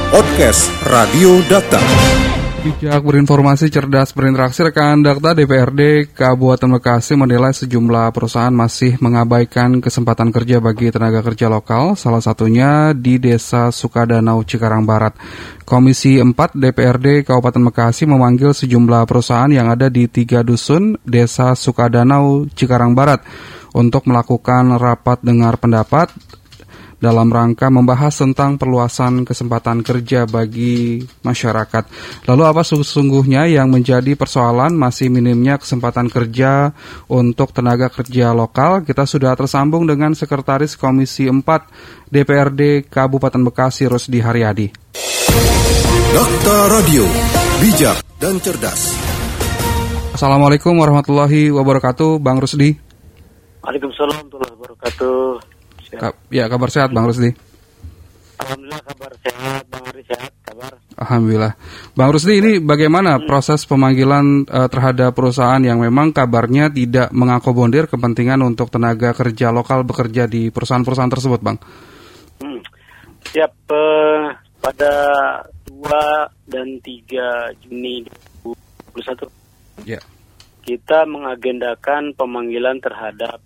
Podcast Radio Dakta. Bijak berinformasi, cerdas berinteraksi. Rekan Dakta, DPRD Kabupaten Bekasi menilai sejumlah perusahaan masih mengabaikan kesempatan kerja bagi tenaga kerja lokal, salah satunya di Desa Sukadanau, Cikarang Barat. Komisi 4 DPRD Kabupaten Bekasi memanggil sejumlah perusahaan yang ada di 3 dusun Desa Sukadanau, Cikarang Barat untuk melakukan rapat dengar pendapat dalam rangka membahas tentang perluasan kesempatan kerja bagi masyarakat. Lalu apa sesungguhnya yang menjadi persoalan masih minimnya kesempatan kerja untuk tenaga kerja lokal? Kita sudah tersambung dengan Sekretaris Komisi 4 DPRD Kabupaten Bekasi, Rusdi Haryadi. Dakta Radio, bijak dan cerdas. Assalamualaikum warahmatullahi wabarakatuh, Bang Rusdi. Waalaikumsalam warahmatullahi wabarakatuh. Ya, kabar sehat Bang Rusdi? Alhamdulillah kabar sehat, Bang Ari sehat, kabar? Alhamdulillah. Bang Rusdi, ini bagaimana proses pemanggilan terhadap perusahaan yang memang kabarnya tidak mengakomodir kepentingan untuk tenaga kerja lokal bekerja di perusahaan-perusahaan tersebut, Bang? Siap, pada 2 dan 3 Juni 2021 kita mengagendakan pemanggilan terhadap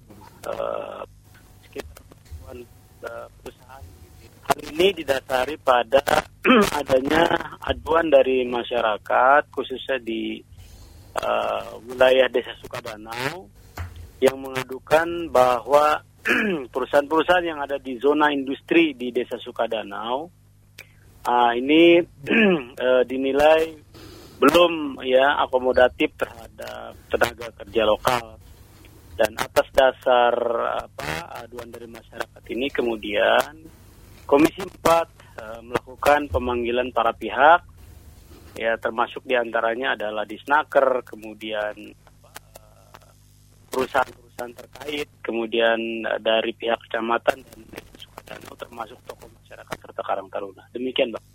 perusahaan. Hal ini didasari pada adanya aduan dari masyarakat, khususnya di wilayah Desa Sukadanau, yang mengadukan bahwa perusahaan-perusahaan yang ada di zona industri di Desa Sukadanau ini dinilai belum akomodatif terhadap tenaga kerja lokal. Dan atas dasar aduan dari masyarakat ini kemudian Komisi 4 melakukan pemanggilan para pihak, termasuk diantaranya adalah Disnaker, kemudian perusahaan-perusahaan terkait, kemudian dari pihak kecamatan dan Sukadanau, termasuk tokoh masyarakat serta Karang Taruna. Demikian, Bang.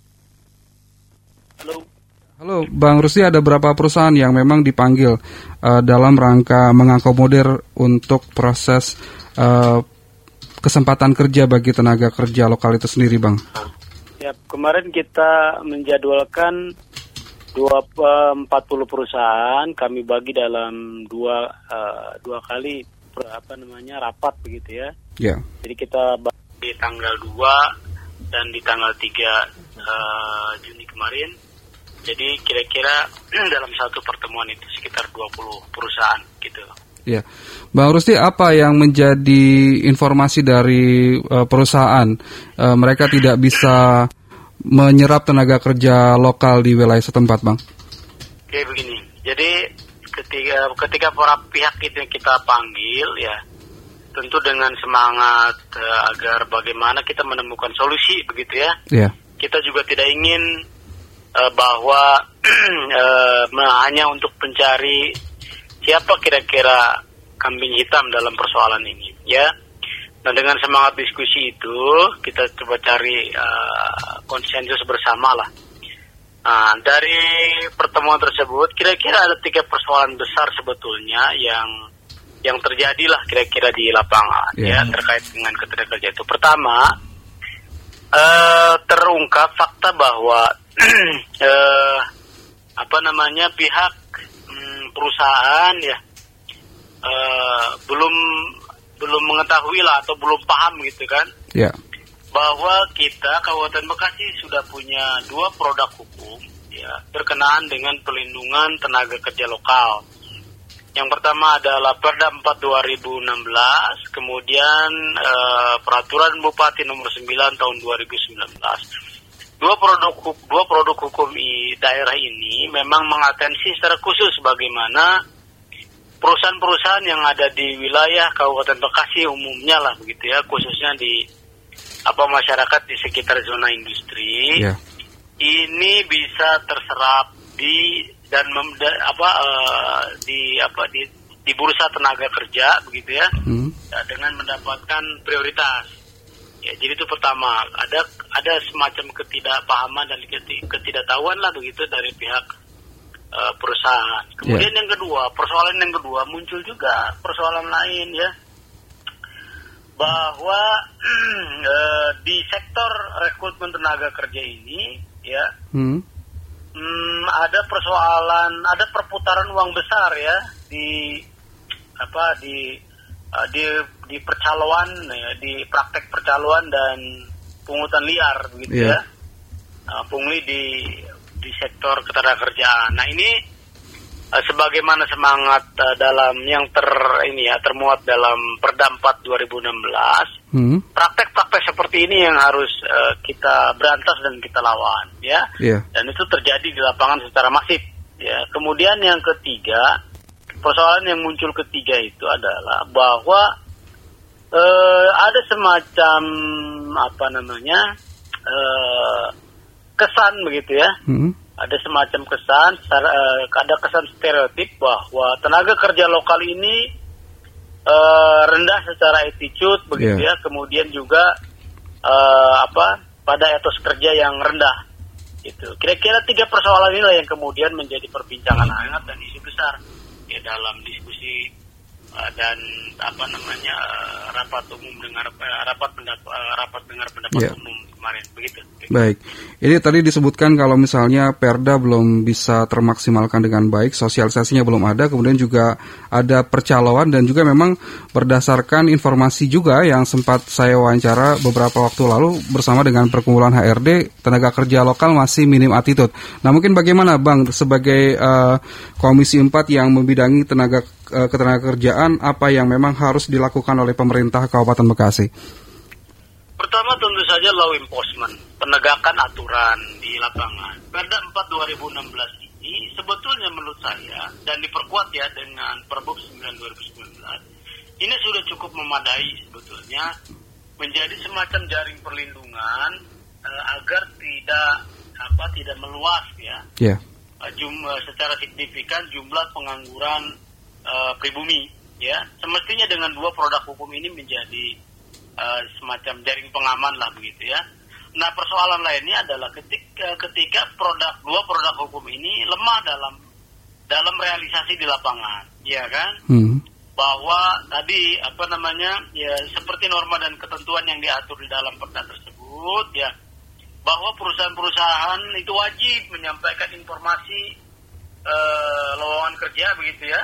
Halo, Bang Rusdi, ada berapa perusahaan yang memang dipanggil dalam rangka mengakomodir untuk proses kesempatan kerja bagi tenaga kerja lokal itu sendiri, Bang? Ya, kemarin kita menjadwalkan 40 perusahaan, kami bagi dalam dua kali rapat begitu ya. Yeah. Jadi kita bagi tanggal 2 dan di tanggal 3 Juni kemarin. Jadi kira-kira dalam satu pertemuan itu sekitar 20 perusahaan gitu. Ya, Bang Rusdi, apa yang menjadi informasi dari perusahaan? Mereka tidak bisa menyerap tenaga kerja lokal di wilayah setempat, Bang? Oke, begini. Jadi ketika para pihak itu kita panggil, ya, tentu dengan semangat agar bagaimana kita menemukan solusi, begitu ya. Yeah. Kita juga tidak ingin bahwa hanya untuk mencari siapa kira-kira kambing hitam dalam persoalan ini, ya. Dan dengan semangat diskusi itu kita coba cari konsensus bersama lah. Nah, dari pertemuan tersebut kira-kira ada 3 persoalan besar sebetulnya yang terjadilah kira-kira di lapangan, ya, terkait dengan ketenagakerjaan itu. Pertama, terungkap fakta bahwa pihak perusahaan belum mengetahui lah atau belum paham gitu kan, bahwa kita Kabupaten Bekasi sudah punya 2 produk hukum berkenaan dengan pelindungan tenaga kerja lokal. Yang pertama adalah Perda 4 2016, kemudian Peraturan Bupati nomor 9 tahun 2019. Dua produk hukum di daerah ini memang mengatensi secara khusus bagaimana perusahaan-perusahaan yang ada di wilayah Kabupaten Bekasi umumnya lah begitu ya, khususnya di masyarakat di sekitar zona industri, ini bisa terserap di bursa tenaga kerja begitu ya, dengan mendapatkan prioritas. Ya, jadi itu pertama, ada semacam ketidakpahaman dan ketidaktahuan lah begitu dari pihak perusahaan. Kemudian persoalan yang kedua muncul juga persoalan lain ya, bahwa di sektor rekrutmen tenaga kerja ini ya ada persoalan, ada perputaran uang besar ya di percaloan ya, di praktek percaloan dan pungutan liar begitu ya. Pungli di sektor ketenagakerjaan. Nah, ini sebagaimana semangat dalam yang termuat dalam Perda 4 2016, praktek-praktek seperti ini yang harus kita berantas dan kita lawan ya. Dan itu terjadi di lapangan secara masif ya. Kemudian yang ketiga, persoalan yang muncul ketiga itu adalah bahwa ada semacam kesan begitu ya. Ada semacam kesan, ada kesan stereotip bahwa tenaga kerja lokal ini rendah secara attitude begitu ya. Kemudian juga pada etos kerja yang rendah gitu. Kira-kira 3 persoalan inilah yang kemudian menjadi perbincangan hangat dan isu besar ya dalam diskusi dan rapat dengar pendapat umum kemarin begitu. Baik, ini tadi disebutkan kalau misalnya Perda belum bisa termaksimalkan dengan baik, sosialisasinya belum ada, kemudian juga ada percaloan dan juga memang berdasarkan informasi juga yang sempat saya wawancara beberapa waktu lalu bersama dengan perkumpulan HRD, tenaga kerja lokal masih minim attitude. Nah, mungkin bagaimana Bang sebagai Komisi 4 yang membidangi ketenagakerjaan, apa yang memang harus dilakukan oleh pemerintah Kabupaten Bekasi? Pertama tentu saja law enforcement, penegakan aturan di lapangan. Perda 4 2016 ini sebetulnya menurut saya dan diperkuat ya dengan Perbup 9 2019, ini sudah cukup memadai sebetulnya menjadi semacam jaring perlindungan agar tidak meluas ya. Secara signifikan jumlah pengangguran pribumi ya. Semestinya dengan 2 produk hukum ini menjadi semacam jaring pengaman lah begitu ya. Nah, persoalan lainnya adalah ketika 2 produk hukum ini lemah dalam realisasi di lapangan, ya kan? Bahwa tadi ya seperti norma dan ketentuan yang diatur di dalam perda tersebut ya, bahwa perusahaan-perusahaan itu wajib menyampaikan informasi lowongan kerja begitu ya.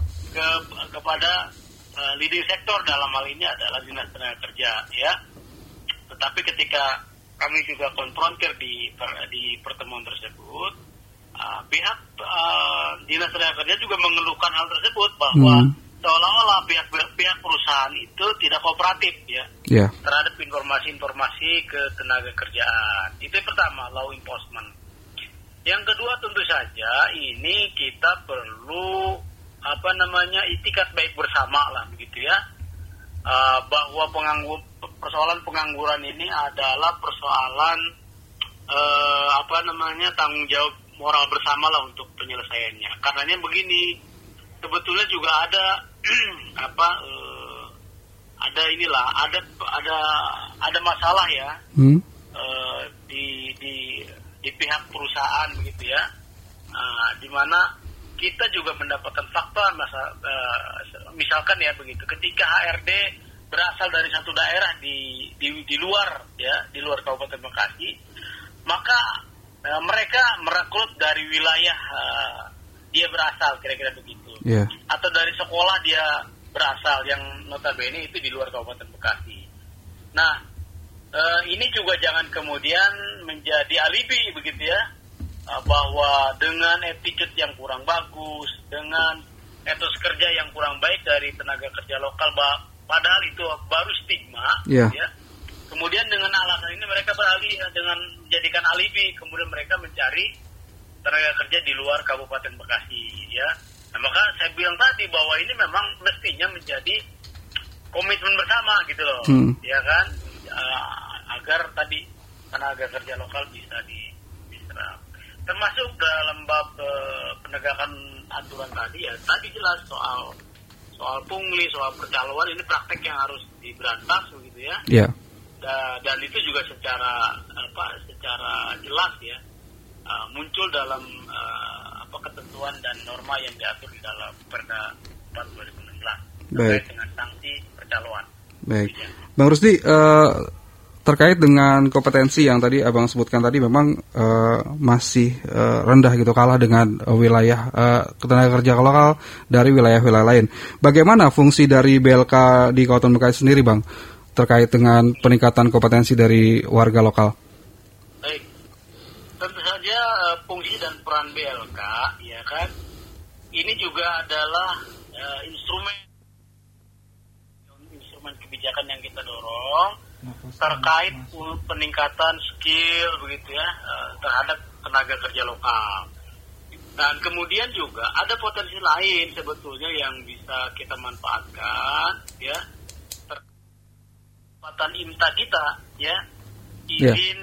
Kepada leading sektor, dalam hal ini adalah Dinas Tenaga Kerja ya. Tetapi ketika kami juga konfrontir di pertemuan tersebut, pihak Dinas Tenaga Kerja juga mengeluhkan hal tersebut bahwa seolah-olah pihak perusahaan itu tidak kooperatif ya terhadap informasi-informasi ketenaga kerjaan. Itu yang pertama, law enforcement. Yang kedua tentu saja ini kita perlu itikat baik bersama lah begitu ya, bahwa persoalan pengangguran ini adalah persoalan tanggung jawab moral bersama lah untuk penyelesaiannya. Karenanya begini, sebetulnya juga ada ada masalah ya di pihak perusahaan begitu ya, di mana kita juga mendapatkan fakta misalkan ya begitu, ketika HRD berasal dari satu daerah di luar ya, di luar Kabupaten Bekasi, maka mereka merekrut dari wilayah dia berasal, kira-kira begitu, atau dari sekolah dia berasal yang notabene itu di luar Kabupaten Bekasi. Nah, ini juga jangan kemudian menjadi alibi begitu ya, bahwa dengan attitude yang kurang bagus, dengan etos kerja yang kurang baik dari tenaga kerja lokal, padahal itu baru stigma ya. Kemudian dengan alasan ini mereka beralih dengan menjadikan alibi, kemudian mereka mencari tenaga kerja di luar Kabupaten Bekasi ya. Nah, maka saya bilang tadi bahwa ini memang mestinya menjadi komitmen bersama gitu loh, ya kan, agar tadi tenaga kerja lokal bisa diserap. Termasuk dalam bab penegakan aturan tadi ya, tadi jelas soal pungli, soal percaloan, ini praktek yang harus diberantas begitu ya. Dan itu juga secara jelas ya muncul dalam ketentuan dan norma yang diatur di dalam Perda 4 2016 terkait dengan sanksi percaloan. Baik, Bang Rusdi, terkait dengan kompetensi yang tadi Abang sebutkan tadi memang masih rendah gitu, kalah dengan wilayah tenaga kerja lokal dari wilayah-wilayah lain. Bagaimana fungsi dari BLK di Kabupaten Bekasi sendiri, Bang, terkait dengan peningkatan kompetensi dari warga lokal? Baik, tentu saja fungsi dan peran BLK, ya kan, ini juga adalah instrumen kebijakan yang kita dorong terkait peningkatan skill begitu ya terhadap tenaga kerja lokal. Dan kemudian juga ada potensi lain sebetulnya yang bisa kita manfaatkan ya, kesempatan IMTA kita ya, izin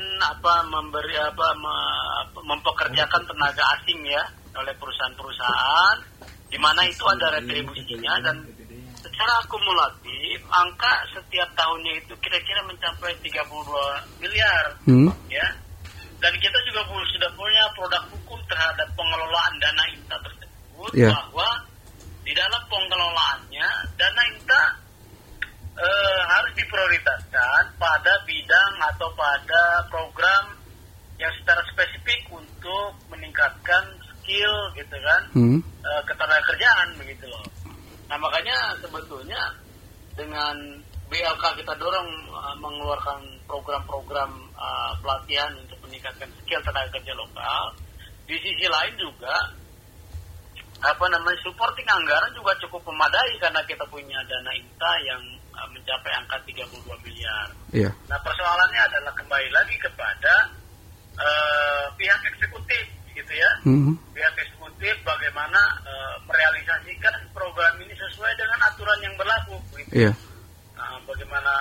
mempekerjakan tenaga asing ya oleh perusahaan-perusahaan, di mana itu ada retribusinya, dan secara akumulatif angka setiap tahunnya itu kira-kira mencapai 32 miliar ya. Dan kita juga sudah punya produk hukum terhadap pengelolaan dana IMTA tersebut, bahwa di dalam pengelolaannya dana IMTA harus diprioritaskan pada bidang atau pada program yang secara spesifik untuk meningkatkan skill gitu kan, ketenagakerjaan begitu loh. Nah makanya sebetulnya dengan BLK kita dorong mengeluarkan program-program pelatihan untuk meningkatkan skill tenaga kerja lokal. Di sisi lain juga supporting anggaran juga cukup memadai karena kita punya dana IMTA yang mencapai angka 32 miliar. Yeah. Nah persoalannya adalah kembali lagi kepada pihak eksekutif gitu ya. Pihak eksekutif bagaimana merealisasikan program ini sesuai dengan aturan yang berlaku gitu. Yeah. Bagaimana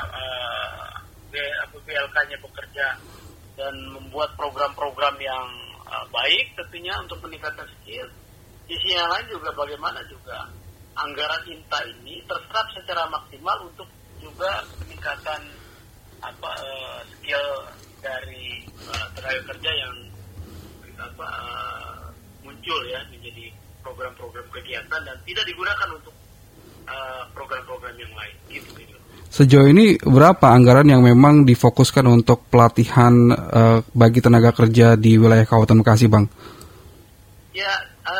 BLK-nya bekerja dan membuat program-program yang baik tentunya untuk meningkatkan skill. Sisi yang lain juga bagaimana juga anggaran IMTA ini terserap secara maksimal untuk juga peningkatan skill dari tenaga kerja yang muncul ya menjadi program-program kegiatan dan tidak digunakan untuk program-program yang lain gitu. Sejauh ini berapa anggaran yang memang difokuskan untuk pelatihan bagi tenaga kerja di wilayah Kabupaten Bekasi, Bang? Ya,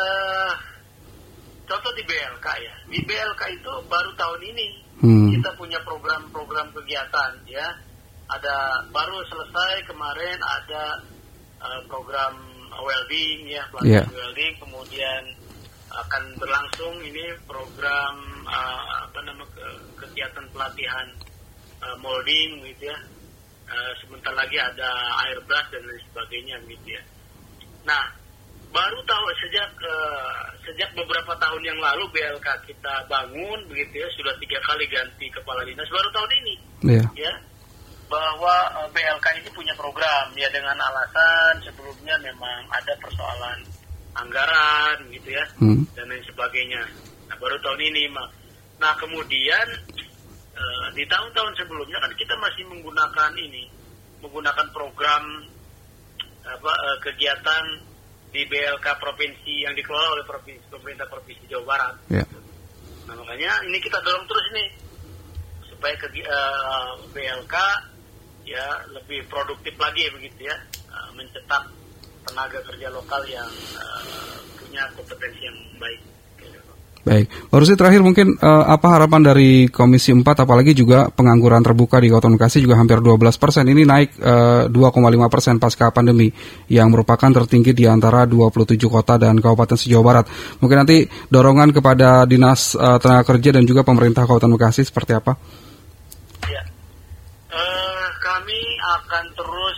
contoh di BLK ya. Di BLK itu baru tahun ini kita punya program-program kegiatan ya. Ada baru selesai kemarin ada program welding ya, pelatihan welding, kemudian akan berlangsung ini program kegiatan pelatihan molding gitu ya. Sebentar lagi ada airbrush dan lain sebagainya gitu ya. Nah, baru tahu sejak beberapa tahun yang lalu BLK kita bangun begitu ya, sudah 3 kali ganti kepala dinas, baru tahun ini ya bahwa BLK ini punya program ya, dengan alasan sebelumnya memang ada persoalan anggaran gitu ya dan lain sebagainya. Nah, baru tahun ini nah kemudian di tahun-tahun sebelumnya kan kita masih menggunakan program kegiatan di BLK provinsi yang dikelola oleh pemerintah provinsi Jawa Barat. Nah makanya ini kita dorong terus nih supaya BLK ya lebih produktif lagi begitu ya, mencetak tenaga kerja lokal yang punya kompetensi yang baik. Baik, baru sih terakhir mungkin apa harapan dari Komisi 4, apalagi juga pengangguran terbuka di Kabupaten Bekasi juga hampir 12%, ini naik 2,5% pasca pandemi, yang merupakan tertinggi di antara 27 kota dan kabupaten se-Jawa Barat. Mungkin nanti dorongan kepada Dinas Tenaga Kerja dan juga pemerintah Kabupaten Bekasi seperti apa? Ya, kami akan terus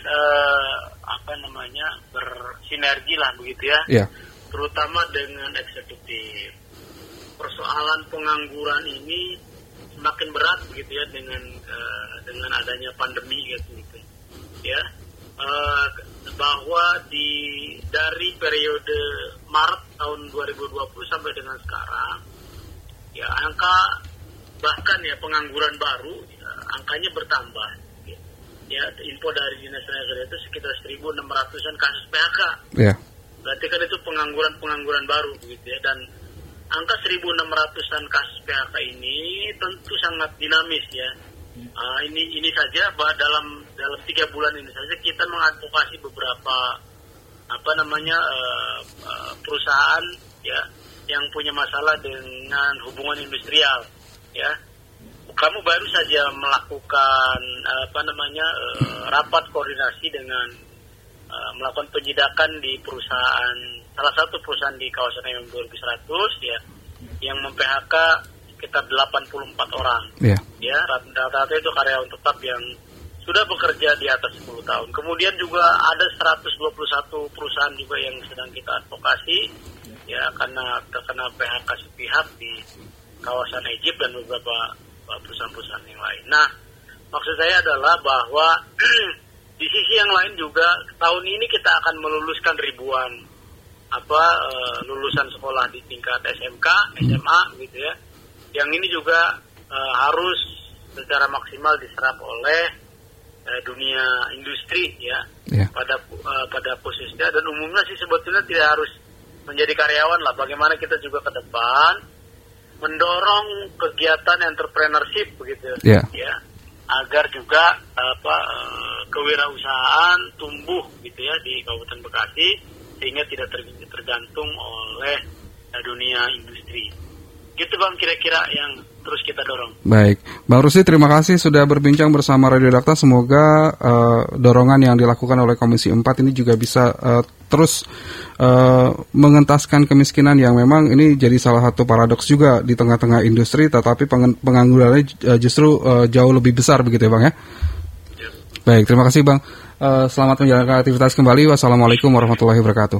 bersinergi lah begitu ya, terutama dengan eksekutif. Persoalan pengangguran ini semakin berat begitu ya dengan adanya pandemi gitu ya, bahwa dari periode Maret tahun 2020 sampai dengan sekarang ya bahkan pengangguran baru angkanya bertambah ya. Info dari Dinas Tenaga Kerja itu sekitar 1.600-an kasus PHK. Berarti kan itu pengangguran baru begitu ya, dan angka 1.600-an kasus PHK ini tentu sangat dinamis ya. Ini saja dalam 3 bulan ini saja kita mengadvokasi beberapa perusahaan ya yang punya masalah dengan hubungan industrial ya. Kamu baru saja melakukan rapat koordinasi dengan melakukan penyidakan di salah satu perusahaan di kawasan MM 2100 ya, yang mem-PHK sekitar 84 orang. Yeah. Ya, rata-rata itu karyawan tetap yang sudah bekerja di atas 10 tahun. Kemudian juga ada 121 perusahaan juga yang sedang kita advokasi ya, karena terkena PHK sepihak di kawasan Egypt dan beberapa perusahaan-perusahaan yang lain. Nah, maksud saya adalah bahwa di sisi yang lain juga tahun ini kita akan meluluskan ribuan lulusan sekolah di tingkat SMK, SMA gitu ya. Yang ini juga harus secara maksimal diserap oleh dunia industri ya. Yeah. Pada posisinya dan umumnya sih sebetulnya tidak harus menjadi karyawan lah. Bagaimana kita juga ke depan mendorong kegiatan entrepreneurship begitu ya, agar juga kewirausahaan tumbuh gitu ya di Kabupaten Bekasi sehingga tidak tergantung oleh dunia industri. Gitu Bang, kira-kira yang terus kita dorong. Baik, Bang Rusdi, terima kasih sudah berbincang bersama Radio Dakta. Semoga dorongan yang dilakukan oleh Komisi 4 ini juga bisa terus mengentaskan kemiskinan yang memang ini jadi salah satu paradoks juga di tengah-tengah industri, tetapi penganggurannya justru jauh lebih besar begitu ya Bang ya? Ya. Baik, terima kasih Bang. Selamat menjalankan aktivitas kembali. Wassalamualaikum warahmatullahi wabarakatuh.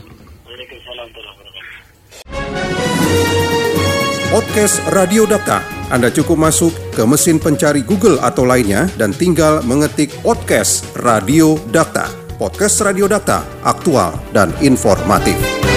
Podcast Radio Dakta. Anda cukup masuk ke mesin pencari Google atau lainnya dan tinggal mengetik podcast Radio Dakta. Podcast Radio Dakta, aktual dan informatif.